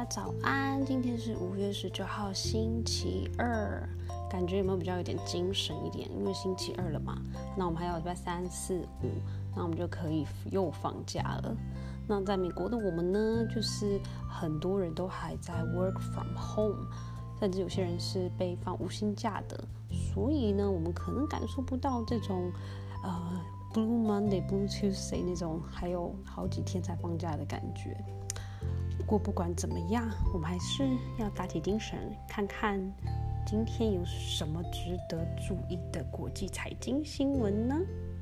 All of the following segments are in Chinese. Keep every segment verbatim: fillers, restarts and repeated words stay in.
早安，今天是五月十九号星期二，感觉有没有比较有点精神一点？因为星期二了嘛，那我们还有礼拜三四五，那我们就可以又放假了。那在美国的我们呢，就是很多人都还在 work from home， 甚至有些人是被放无薪假的，所以呢，我们可能感受不到这种呃 Blue Monday、Blue Tuesday 那种还有好几天才放假的感觉。不过不管怎么样，我们还是要打起精神，看看今天有什么值得注意的国际财经新闻呢？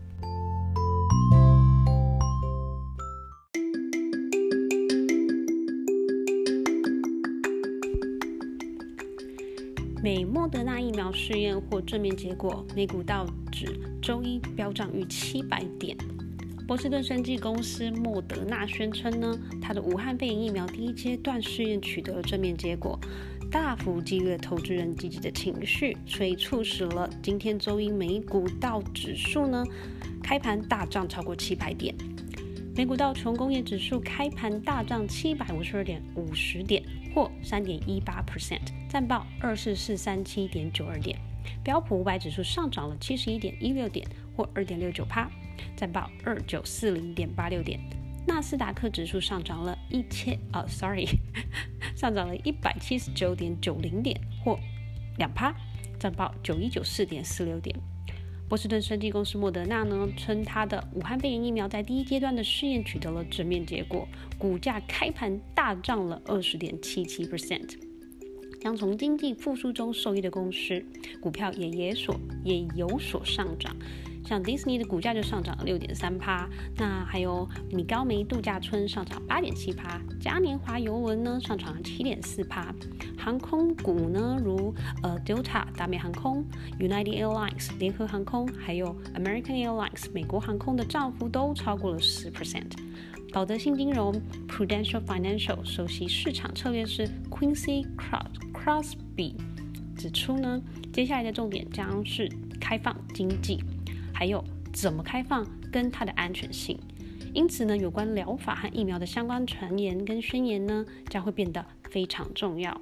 美莫德纳疫苗试验获正面结果，美股道指周一飙涨逾七百点。波士顿生技公司莫德纳宣称呢，它的武汉肺炎疫苗第一阶段试验取得了正面结果，大幅激励了投资人积极的情绪，所以促使了今天周一美股道指数呢开盘大涨超过七百点。美股道琼工业指数开盘大涨七百五十二点五十点，或 三点一八 percent， 战报二四四三七点九二点。标普五百指数上涨了七十一点一六点，或 二点六九 percent， 战报二九四零点八六点。纳斯达克指数上涨了一千哦 ，sorry， 上涨了一百七十九点九零点，或 两 percent， 战报九一九四点四六点。波士顿生技公司莫德纳呢称，它的武汉肺炎疫苗在第一阶段的试验取得了正面结果，股价开盘大涨了 二十点七七 percent。将从经济复苏中受益的公司股票也也所也有所上涨，像迪士尼的股价就上涨了 六点三 percent， 那还有米高梅度假村上涨 八点七 percent， 嘉年华邮轮呢上涨了 七点四 percent， 航空股呢如呃 Delta 达美航空、United Airlines 联合航空，还有 American Airlines 美国航空的涨幅都超过了 百分之十。保德信金融 Prudential Financial 首席市场策略师 Quincy Crosby 指出呢，接下来的重点将是开放经济，还有怎么开放跟它的安全性。因此呢，有关疗法和疫苗的相关传言跟宣言呢，将会变得非常重要。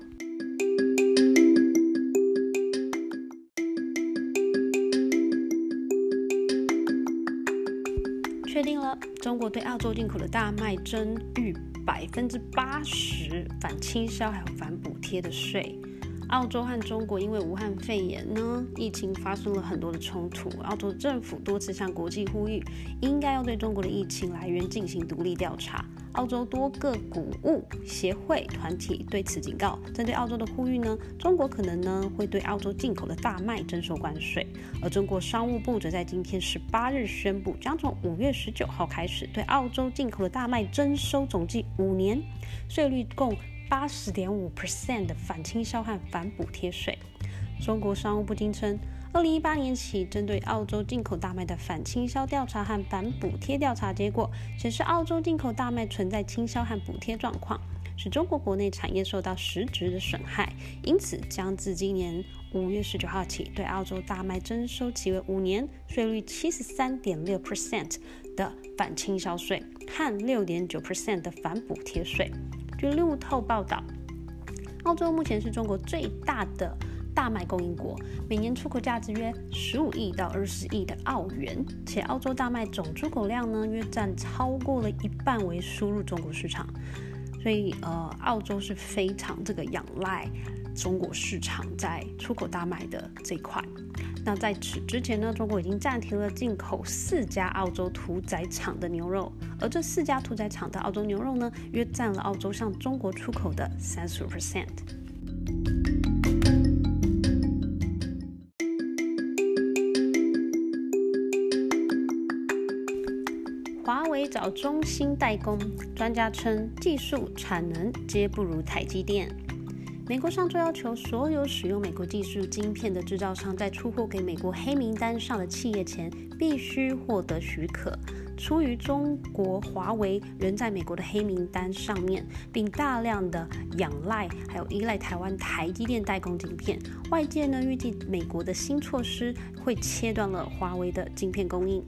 确定了，中国对澳洲进口的大麦征逾百分之八十反倾销还有反补贴的税。澳洲和中国因为武汉肺炎呢疫情发生了很多的冲突，澳洲政府多次向国际呼吁，应该要对中国的疫情来源进行独立调查。澳洲多个谷物协会团体对此警告，针对澳洲的呼吁呢，中国可能呢会对澳洲进口的大麦征收关税。而中国商务部则在今天十八日宣布，将从五月十九号开始对澳洲进口的大麦征收总计五年，税率共 八十点五 percent 的反倾销和反补贴税。中国商务部今称，二零一八年起针对澳洲进口大麦的反倾销调查和反补贴调查结果显示，澳洲进口大麦存在倾销和补贴状况，使中国国内产业受到实质的损害，因此将自今年五月十九号起对澳洲大麦征收其为五年、税率 七十三点六 percent 的反倾销税和 六点九 percent 的反补贴税。据路透报道，澳洲目前是中国最大的大麦供应国，每年出口价值约十五亿到二十亿的澳元，且澳洲大麦总出口量呢约占超过了一半为输入中国市场，所以呃，澳洲是非常这个仰赖中国市场在出口大麦的这一块。那在此之前呢，中国已经暂停了进口四家澳洲屠宰场的牛肉，而这四家屠宰场的澳洲牛肉呢，约占了澳洲向中国出口的 三十五 percent。华为找中芯代工，专家称技术产能皆不如台积电。美国上周要求所有使用美国技术晶片的制造商，在出货给美国黑名单上的企业前，必须获得许可。出于中国华为仍在美国的黑名单上面，并大量的仰赖还有依赖台湾台积电代工晶片，外界呢预计美国的新措施会切断了华为的晶片供应。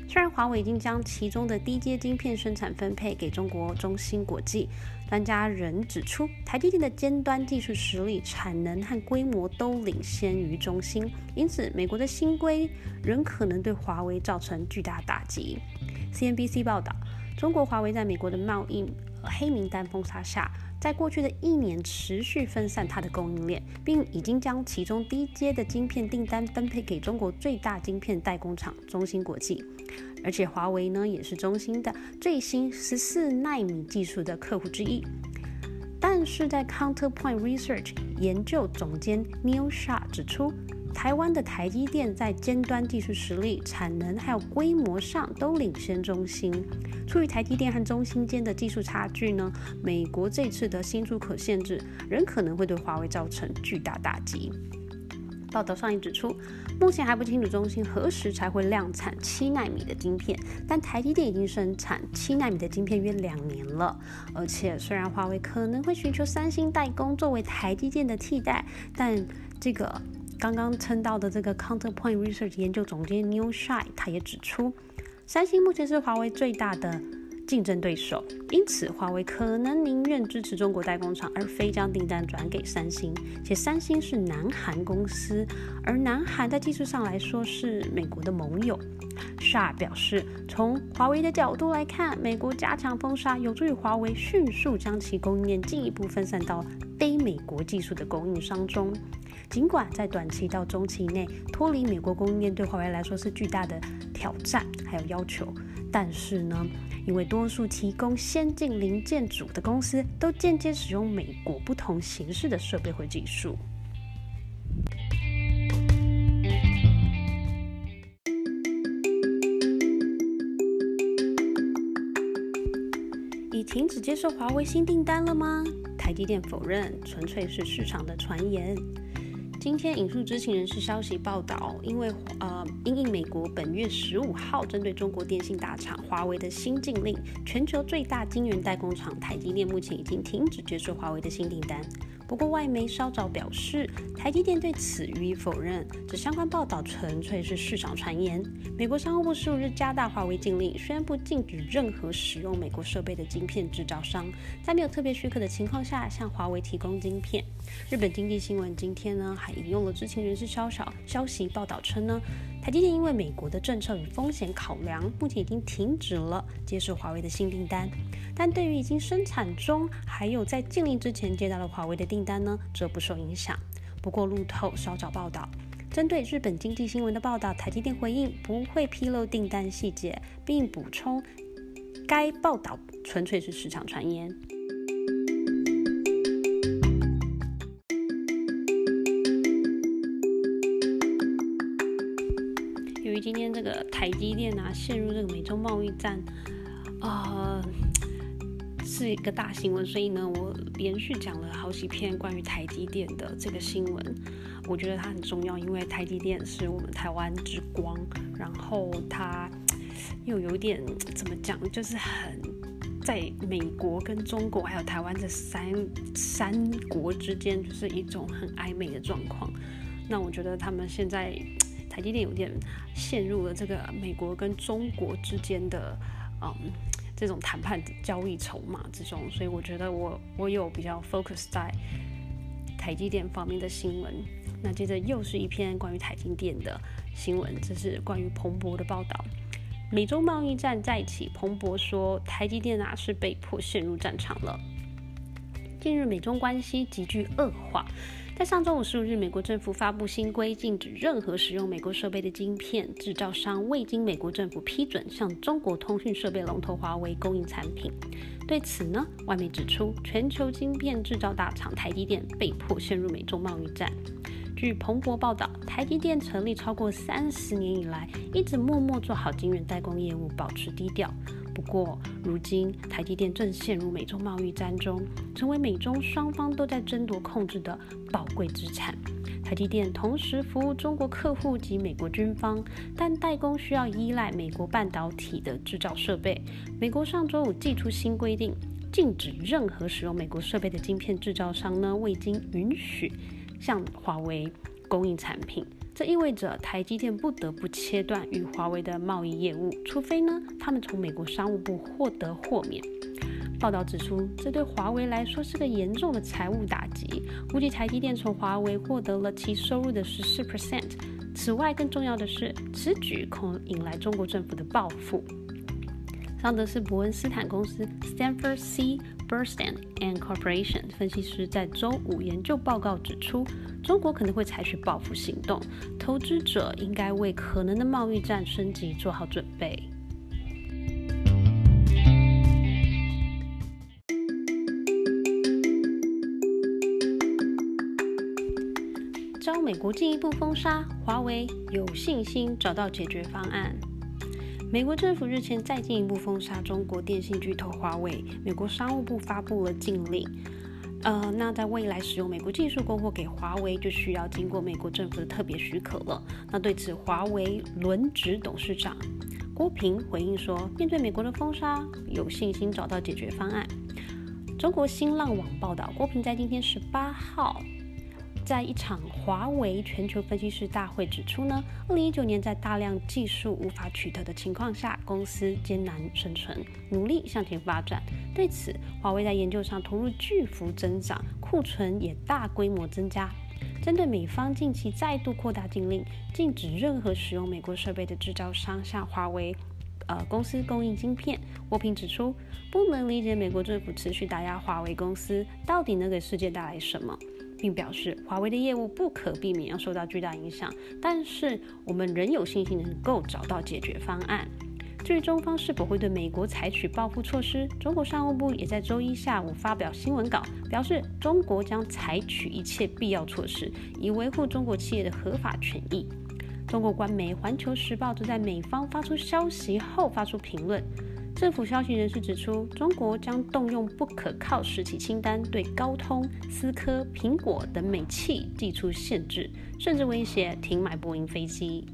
虽然华为已经将其中的低阶晶片生产分配给中国中芯国际，专家仍指出，台积电的尖端技术实力、产能和规模都领先于中芯，因此美国的新规仍可能对华为造成巨大打击。C N B C 报道，中国华为在美国的贸易黑名单封杀下，在过去的一年持续分散它的供应链，并已经将其中低阶的晶片订单分配给中国最大晶片代工厂中芯国际。而且华为呢，也是中芯的最新十四奈米技术的客户之一。但是在 Counterpoint Research 研究总监 Neil Shah 指出，台湾的台积电在尖端技术实力、产能还有规模上都领先中芯。出于台积电和中芯间的技术差距呢，美国这次的新出口限制仍可能会对华为造成巨大打击。报道上也指出，目前还不清楚中芯何时才会量产七奈米的晶片，但台积电已经生产七奈米的晶片约两年了。而且虽然华为可能会寻求三星代工作为台积电的替代，但这个刚刚称到的这个 Counterpoint Research 研究总监 Neil Shah 他也指出，三星目前是华为最大的竞争对手，因此华为可能宁愿支持中国代工厂，而非将订单转给三星。且三星是南韩公司，而南韩在技术上来说是美国的盟友。Shah 表示，从华为的角度来看，美国加强封杀有助于华为迅速将其供应链进一步分散到非美国技术的供应商中。尽管在短期到中期内脱离美国供应链对华为来说是巨大的挑战还有要求，但是呢，因为多数提供先进零件组的公司都间接使用美国不同形式的设备或技术。已停止接受华为新订单了吗？台积电否认，纯粹是市场的传言。今天引述知情人士消息报道，因为呃，因应美国本月十五号针对中国电信大厂华为的新禁令，全球最大晶圆代工厂台积电目前已经停止接受华为的新订单。不过外媒稍早表示，台积电对此予以否认，指相关报道纯粹是市场传言。美国商务部十五日加大华为禁令，宣布禁止任何使用美国设备的晶片制造商在没有特别许可的情况下向华为提供晶片。日本经济新闻今天呢还引用了知情人士消消息报道称呢，台积电因为美国的政策与风险考量，目前已经停止了接受华为的新订单。但对于已经生产中还有在禁令之前接到了华为的订单呢，则不受影响。不过路透稍早报道，针对日本经济新闻的报道，台积电回应不会披露订单细节，并补充该报道纯粹是市场传言。由于今天这个台积电啊陷入这个美洲贸易战，呃。是一个大新闻，所以呢，我连续讲了好几篇关于台积电的这个新闻。我觉得它很重要，因为台积电是我们台湾之光，然后它又有点怎么讲，就是很在美国跟中国还有台湾这三三国之间，就是一种很暧昧的状况。那我觉得他们现在台积电有点陷入了这个美国跟中国之间的嗯。这种谈判交易筹码之中，所以我觉得我我有比较 focus 在台积电方面的新闻。那接着又是一篇关于台积电的新闻，这是关于彭博的报道。美洲贸易战再起，彭博说台积电啊是被迫陷入战场了。近日美中关系急剧恶化。在上周五十五日，美国政府发布新规，禁止任何使用美国设备的晶片制造商未经美国政府批准向中国通讯设备龙头华为供应产品。对此呢，外媒指出，全球晶片制造大厂台积电被迫陷入美中贸易战。据彭博报道，台积电成立超过三十年以来，一直默默做好晶圆代工业务，保持低调。不过，如今台积电正陷入美中贸易战中，成为美中双方都在争夺控制的宝贵资产。台积电同时服务中国客户及美国军方，但代工需要依赖美国半导体的制造设备。美国上周五祭出新规定，禁止任何使用美国设备的晶片制造商呢，未经允许向华为供应产品。 这意味着台积电不得不切断与华为的贸易业务，除非呢他们从美国商务部获得豁免。报道指出，这对华为来说是个严重的财务打击，估计台积电从华为获得了其收入的 百分之十四。 此外，更重要的是，此举恐引来中国政府的报复。桑德斯伯恩斯坦公司 Stanford C. Bernstein and Corporation 分析师在周五研究报告指出，中国可能会采取报复行动，投资者应该为可能的贸易战升级做好准备。遭美国进一步封杀，华为有信心找到解决方案。美国政府日前再进一步封杀中国电信巨头华为，美国商务部发布了禁令。呃，那在未来使用美国技术供货给华为，就需要经过美国政府的特别许可了。那对此，华为轮值董事长郭平回应说，面对美国的封杀，有信心找到解决方案。中国新浪网报道，郭平在今天十八号。在一场华为全球分析师大会指出呢，二零一九年在大量技术无法取得的情况下，公司艰难生存，努力向前发展。对此，华为在研究上投入巨幅增长，库存也大规模增加。针对美方近期再度扩大禁令，禁止任何使用美国设备的制造商向华为呃公司供应晶片。郭平指出，不能理解美国政府持续打压华为公司到底能给世界带来什么，并表示华为的业务不可避免要受到巨大影响，但是我们仍有信心能够找到解决方案。至于中方是否会对美国采取报复措施，中国商务部也在周一下午发表新闻稿，表示中国将采取一切必要措施，以维护中国企业的合法权益。中国官媒《环球时报》则在美方发出消息后发出评论。政府消息人士指出，中国将动用不可靠实体清单，对高通、思科、苹果等美企祭出限制，甚至威胁停买波音飞机。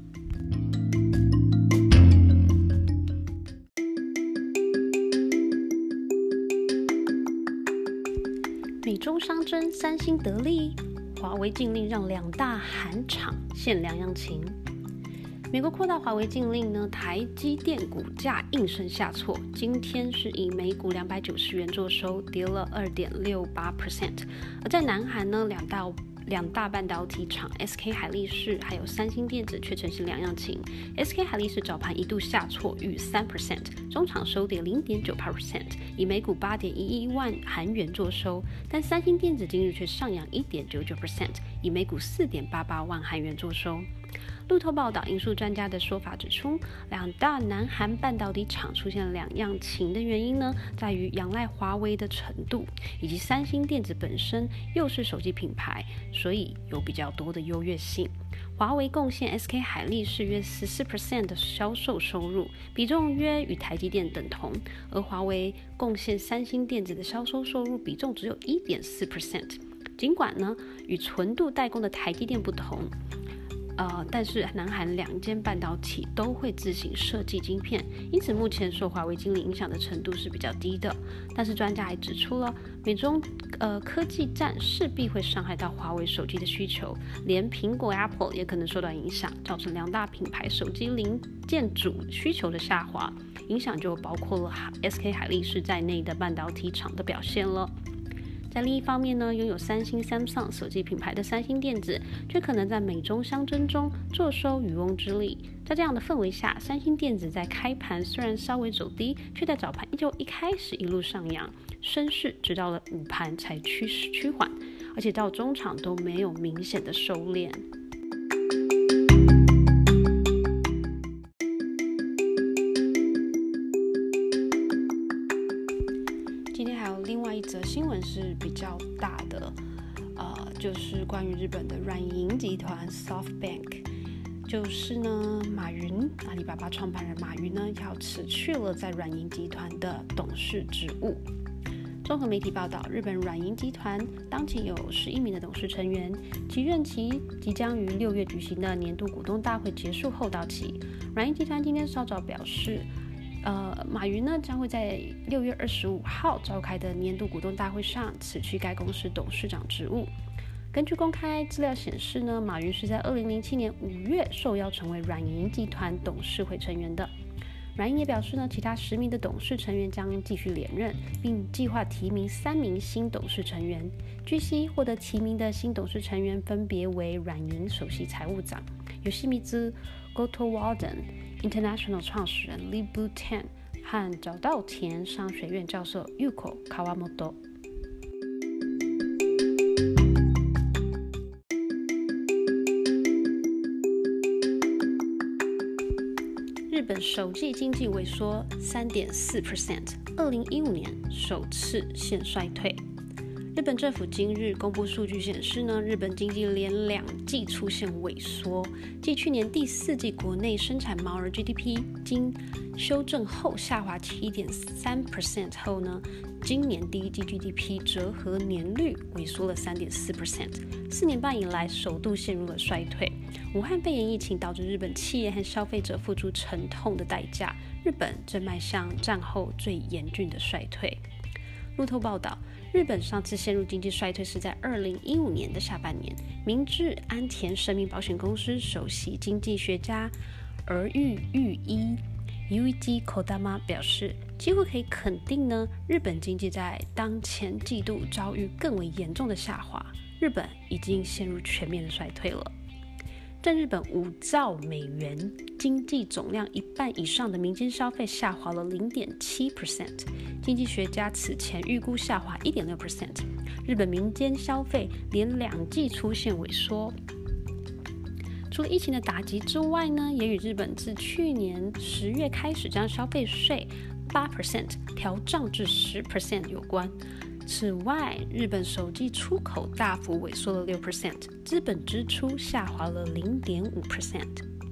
美中相争，三星得利，华为禁令让两大韩厂现两样情。美国扩大华为禁令呢，台积电股价应声下挫，今天是以每股两百九十元作收，跌了 百分之二点六八。而在南韩呢，两大两大半导体厂 S K 海力士还有三星电子却呈现两样情。S K 海力士早盘一度下挫逾 百分之三， 中场收跌 百分之零点九八， 以每股八点一一万韩元作收，但三星电子今日却上扬 一点九九， 以每股四点八八万韩元作收。路透报道引述专家的说法指出，两大南韩半导体厂出现两样情的原因呢，在于仰赖华为的程度，以及三星电子本身又是手机品牌，所以有比较多的优越性。华为贡献 S K 海力士约 百分之十四 的销售收入，比重约与台积电等同，而华为贡献三星电子的销售收入比重只有 百分之一点四。尽管呢与纯度代工的台积电不同，呃，但是南韩两间半导体都会自行设计晶片，因此目前受华为禁令影响的程度是比较低的。但是专家还指出了，美中呃科技战势必会伤害到华为手机的需求，连苹果 Apple 也可能受到影响，造成两大品牌手机零件主需求的下滑，影响就包括了 S K 海力士在内的半导体厂的表现了。在另一方面呢，拥有三星、Samsung 手机品牌的三星电子，却可能在美中相争中坐收渔翁之利。在这样的氛围下，三星电子在开盘虽然稍微走低，却在早盘依旧一开始一路上扬，升势直到了午盘才趋势趋缓，而且到中场都没有明显的收敛。今天还有另外一则新闻是比较大的，呃，就是关于日本的软银集团 SoftBank， 就是呢，马云，阿里巴巴创办人马云呢，要辞去了在软银集团的董事职务。综合媒体报道，日本软银集团当前有十一名的董事成员，其任期即将于六月举行的年度股东大会结束后到期。软银集团今天稍早表示，呃，马云呢将会在六月二十五号召开的年度股东大会上辞去该公司董事长职务。 根据公开资料显示呢，马云是在二零零七年五月受邀成为软银集团董事会成员的。软银也表示呢，其他十名的董事成员将继续连任，并计划提名三名新董事成员。据悉，获得提名的新董事成员分别为软银首席财务长有西米兹 Gotowaden、International 创始人 Lip-Bu Tan 和早稻田商学院教授 Yuko Kawamoto。日本首季经济萎缩 百分之三点四， 二零一五年首次现衰退。日本政府今日公布数据显示呢，日本经济连两季出现萎缩，继去年第四季国内生产毛额 G D P 经修正后下滑 七点三 percent 后呢，今年第一季 G D P 折合年率萎缩了 三点四 percent， 四年半以来首度陷入了衰退。武汉肺炎疫情导致日本企业和消费者付出沉痛的代价，日本正迈向战后最严峻的衰退。路透报道，日本上次陷入经济衰退是在二零一五年的下半年。明治安田生命保险公司首席经济学家儿玉裕一 Yuichi Kodama 表示，几乎可以肯定呢，日本经济在当前季度遭遇更为严重的下滑，日本已经陷入全面的衰退了。占日本五兆美元经济总量一半以上的民间消费下滑了 零点七 percent， 经济学家此前预估下滑 一点六 percent， 日本民间消费连两季出现萎缩。除了疫情的打击之外呢，也与日本自去年十月开始将消费税 百分之八 调涨至 百分之十 有关。此外，日本首季出口大幅萎缩了 百分之六， 资本支出下滑了 零点五 percent。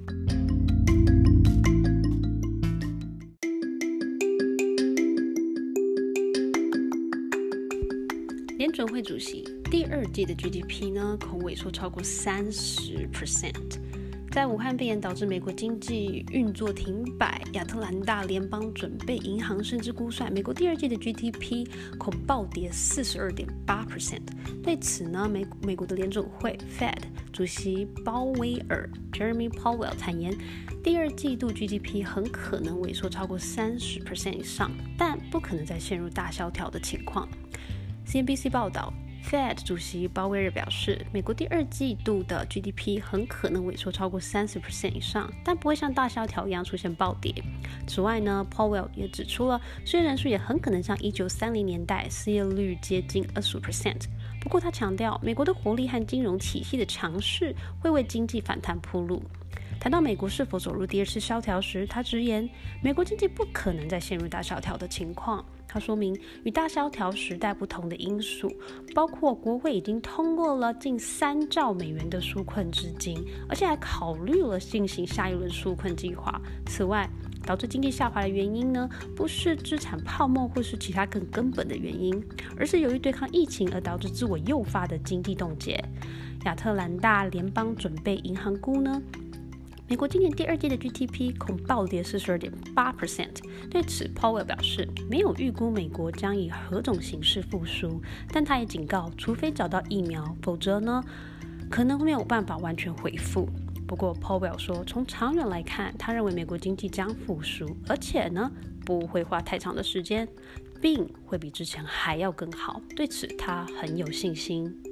联准会主席第二季的 G D P 呢，恐萎缩超过 百分之三十。在武汉肺炎导致美国经济运作停摆，亚特兰大联邦准备银行甚至估算美国第二季的 G D P 恐暴跌 百分之四十二点八。 对此呢，美美国的联准会 Fed 主席鲍威尔 Jeremy Powell 坦言，第二季度 G D P 很可能萎缩超过 百分之三十 以上，但不可能再陷入大萧条的情况。 C N B C 报道，Fed 主席鲍威尔表示，美国第二季度的 G D P 很可能萎缩超过 百分之三十 以上，但不会像大萧条一样出现暴跌。此外呢 Powell 也指出了，失业人数也很可能像一九三零年代失业率接近 百分之二十五。 不过他强调，美国的活力和金融体系的强势会为经济反弹铺路。谈到美国是否走入第二次萧条时，他直言，美国经济不可能再陷入大萧条的情况。他说明，与大萧条时代不同的因素，包括国会已经通过了近三兆美元的纾困资金，而且还考虑了进行下一轮纾困计划。此外，导致经济下滑的原因呢，不是资产泡沫或是其他更根本的原因，而是由于对抗疫情而导致自我诱发的经济冻结。亚特兰大联邦准备银行估呢，美国今年第二季的 G D P 恐暴跌 百分之四十二点八。 对此 Powell 表示，没有预估美国将以何种形式复苏，但他也警告，除非找到疫苗，否则呢，可能没有办法完全恢复。不过 Powell 说，从长远来看，他认为美国经济将复苏，而且呢，不会花太长的时间，并会比之前还要更好。对此他很有信心。